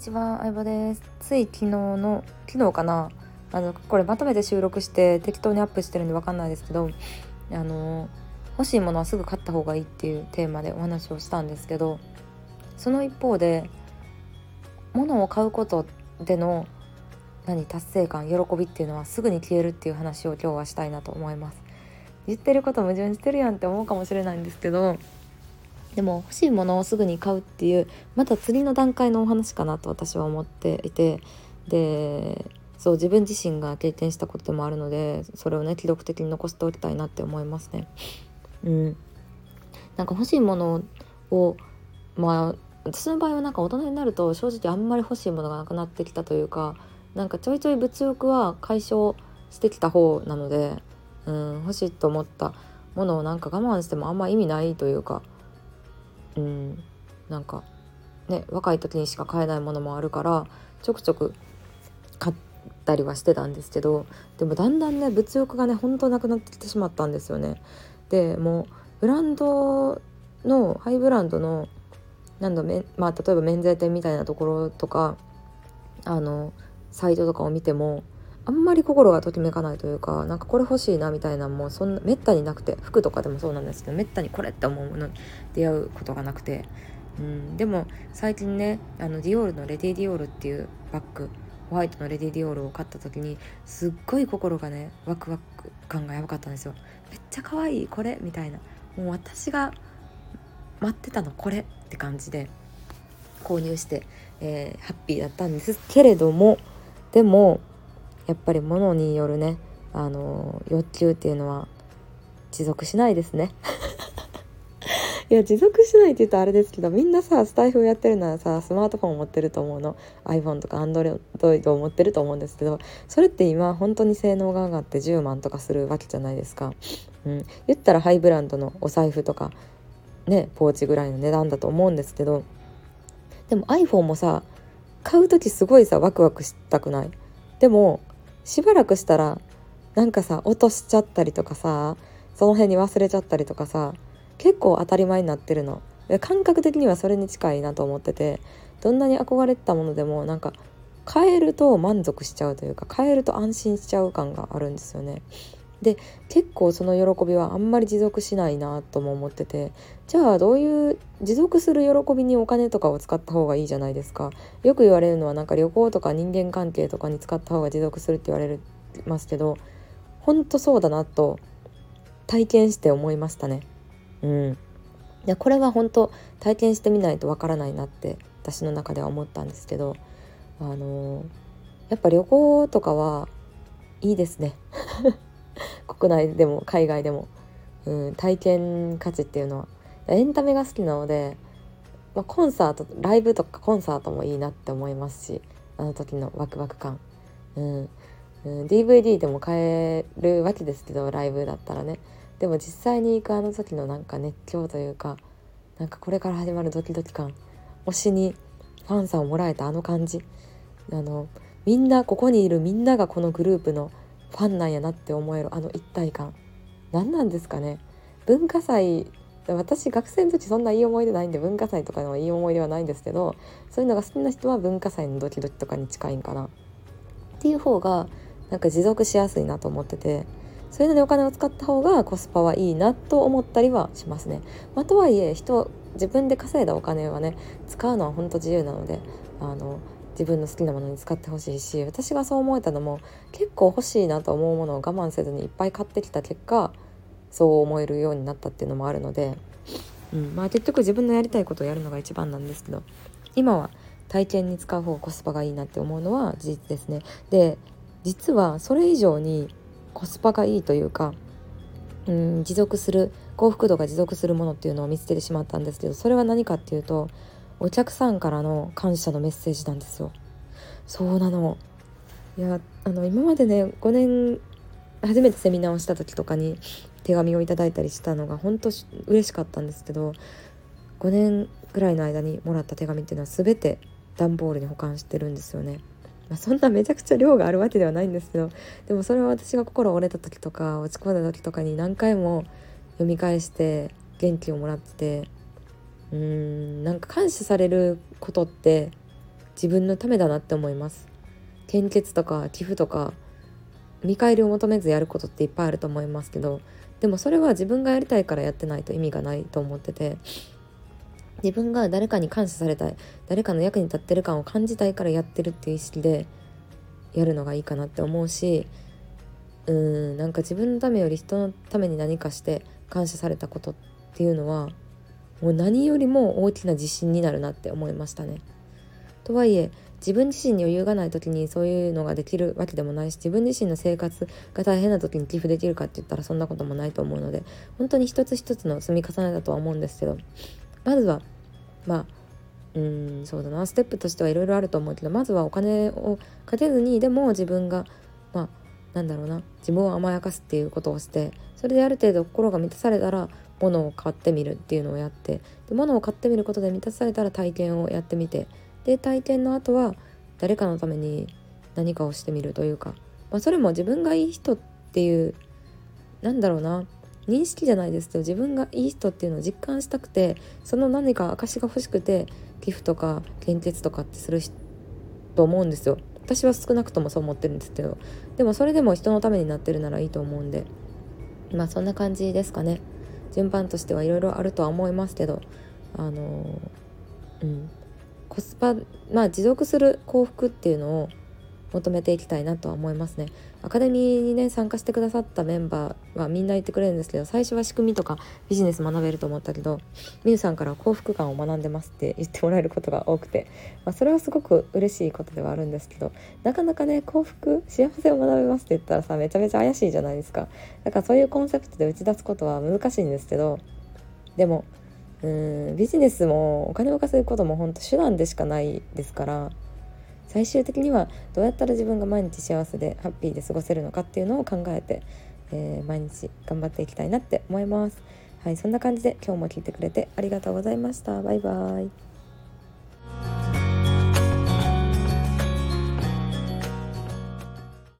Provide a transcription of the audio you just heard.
ちは、相葉です。つい昨日かな、これまとめて収録して適当にアップしてるんで分かんないですけど、欲しいものはすぐ買った方がいいっていうテーマでお話をしたんですけど、その一方で物を買うことでの達成感、喜びっていうのはすぐに消えるっていう話を今日はしたいなと思います。言ってること矛盾してるやんって思うかもしれないんですけど、でも欲しいものをすぐに買うっていうまた次の段階のお話かなと私は思っていて、でそう自分自身が経験したことでもあるので、それをね記録的に残しておきたいなって思いますね。欲しいものを私の場合は大人になると正直あんまり欲しいものがなくなってきたというか、ちょいちょい物欲は解消してきた方なので、欲しいと思ったものを我慢してもあんま意味ないというか、若い時にしか買えないものもあるからちょくちょく買ったりはしてたんですけど、でもだんだんね物欲がね本当なくなってきてしまったんですよね。でもうブランドのハイブランドの例えば免税店みたいなところとかサイトとかを見てもあんまり心がときめかないというか、これ欲しいなみたいなもうそんなめったになくて、服とかでもそうなんですけどめったにこれって思うものに出会うことがなくて、でも最近ねディオールのレディディオールっていうバッグ、ホワイトのレディディオールを買った時にすっごい心がねワクワク感がやばかったんですよ。めっちゃ可愛いこれみたいな、もう私が待ってたのこれって感じで購入して、ハッピーだったんですけれども、でもやっぱり物によるね欲求っていうのは持続しないですねいや持続しないって言うとあれですけど、みんなさスタイフをやってるならさスマートフォンを持ってると思うの、 iPhone とか Android を持ってると思うんですけど、それって今本当に性能が上がって10万とかするわけじゃないですか。言ったらハイブランドのお財布とかねポーチぐらいの値段だと思うんですけど、でも iPhone もさ買う時すごいさワクワクしたくない？でもしばらくしたら落としちゃったりとかさ、その辺に忘れちゃったりとかさ、結構当たり前になってるの。感覚的にはそれに近いなと思ってて、どんなに憧れてたものでも買えると満足しちゃうというか、買えると安心しちゃう感があるんですよね。で結構その喜びはあんまり持続しないなとも思ってて、じゃあどういう持続する喜びにお金とかを使った方がいいじゃないですか。よく言われるのは旅行とか人間関係とかに使った方が持続するって言われますけど、本当そうだなと体験して思いましたね。いやこれは本当体験してみないとわからないなって私の中では思ったんですけど、やっぱ旅行とかはいいですね国内でも海外でも、体験価値っていうのは、エンタメが好きなので、コンサートライブとかコンサートもいいなって思いますし、あの時のワクワク感、DVD でも買えるわけですけどライブだったらね、でも実際に行くあの時の熱狂というか、これから始まるドキドキ感、推しにファンさんをもらえたあの感じ、みんなここにいるみんながこのグループのファンなんやなって思えるあの一体感、何なんですかね。文化祭、私学生の時そんないい思い出ないんで文化祭とかのいい思い出はないんですけど、そういうのが好きな人は文化祭のドキドキとかに近いんかなっていう方が持続しやすいなと思ってて、そういうのでお金を使った方がコスパはいいなと思ったりはしますね。とはいえ自分で稼いだお金はね使うのは本当自由なので、自分の好きなものに使ってほしいし、私がそう思えたのも結構欲しいなと思うものを我慢せずにいっぱい買ってきた結果そう思えるようになったっていうのもあるので、結局自分のやりたいことをやるのが一番なんですけど、今は体験に使う方がコスパがいいなって思うのは事実ですね。で実はそれ以上にコスパがいいというか、持続する幸福度が持続するものっていうのを見つけてしまったんですけど、それは何かっていうとお客さんからの感謝のメッセージなんですよ。そうなの。いや今までね5年初めてセミナーをした時とかに手紙をいただいたりしたのが本当嬉しかったんですけど、5年ぐらいの間にもらった手紙っていうのは全て段ボールに保管してるんですよね。そんなめちゃくちゃ量があるわけではないんですけど、でもそれは私が心折れた時とか落ち込んだ時とかに何回も読み返して元気をもらってて、感謝されることって自分のためだなって思います。献血とか寄付とか見返りを求めずやることっていっぱいあると思いますけど、でもそれは自分がやりたいからやってないと意味がないと思ってて、自分が誰かに感謝されたい、誰かの役に立ってる感を感じたいからやってるっていう意識でやるのがいいかなって思うし、なんか自分のためより人のために何かして感謝されたことっていうのはもう何よりも大きな自信になるなって思いましたね。とはいえ自分自身に余裕がない時にそういうのができるわけでもないし、自分自身の生活が大変な時に寄付できるかって言ったらそんなこともないと思うので、本当に一つ一つの積み重ねだとは思うんですけど、まずはそうだな、ステップとしてはいろいろあると思うけど、まずはお金をかけずにでも自分が自分を甘やかすっていうことをして、それである程度心が満たされたら物を買ってみるっていうのをやって、で物を買ってみることで満たされたら体験をやってみて、で体験の後は誰かのために何かをしてみるというか、それも自分がいい人っていう認識じゃないですけど、自分がいい人っていうのを実感したくて、その何か証が欲しくて寄付とか献血とかってすると思うんですよ。私は少なくともそう思ってるんですけど、でもそれでも人のためになってるならいいと思うんで、そんな感じですかね。順番としてはいろいろあるとは思いますけど、コスパ持続する幸福っていうのを求めていきたいなとは思いますね。アカデミーにね参加してくださったメンバーはみんな言ってくれるんですけど、最初は仕組みとかビジネス学べると思ったけど、みゆさんから幸福感を学んでますって言ってもらえることが多くて、それはすごく嬉しいことではあるんですけど、なかなかね幸せを学べますって言ったらめちゃめちゃ怪しいじゃないですか。だからそういうコンセプトで打ち出すことは難しいんですけど、でもビジネスもお金を稼ぐことも本当手段でしかないですから、最終的にはどうやったら自分が毎日幸せでハッピーで過ごせるのかっていうのを考えて、毎日頑張っていきたいなって思います。はい、そんな感じで今日も聞いてくれてありがとうございました。バイバイ。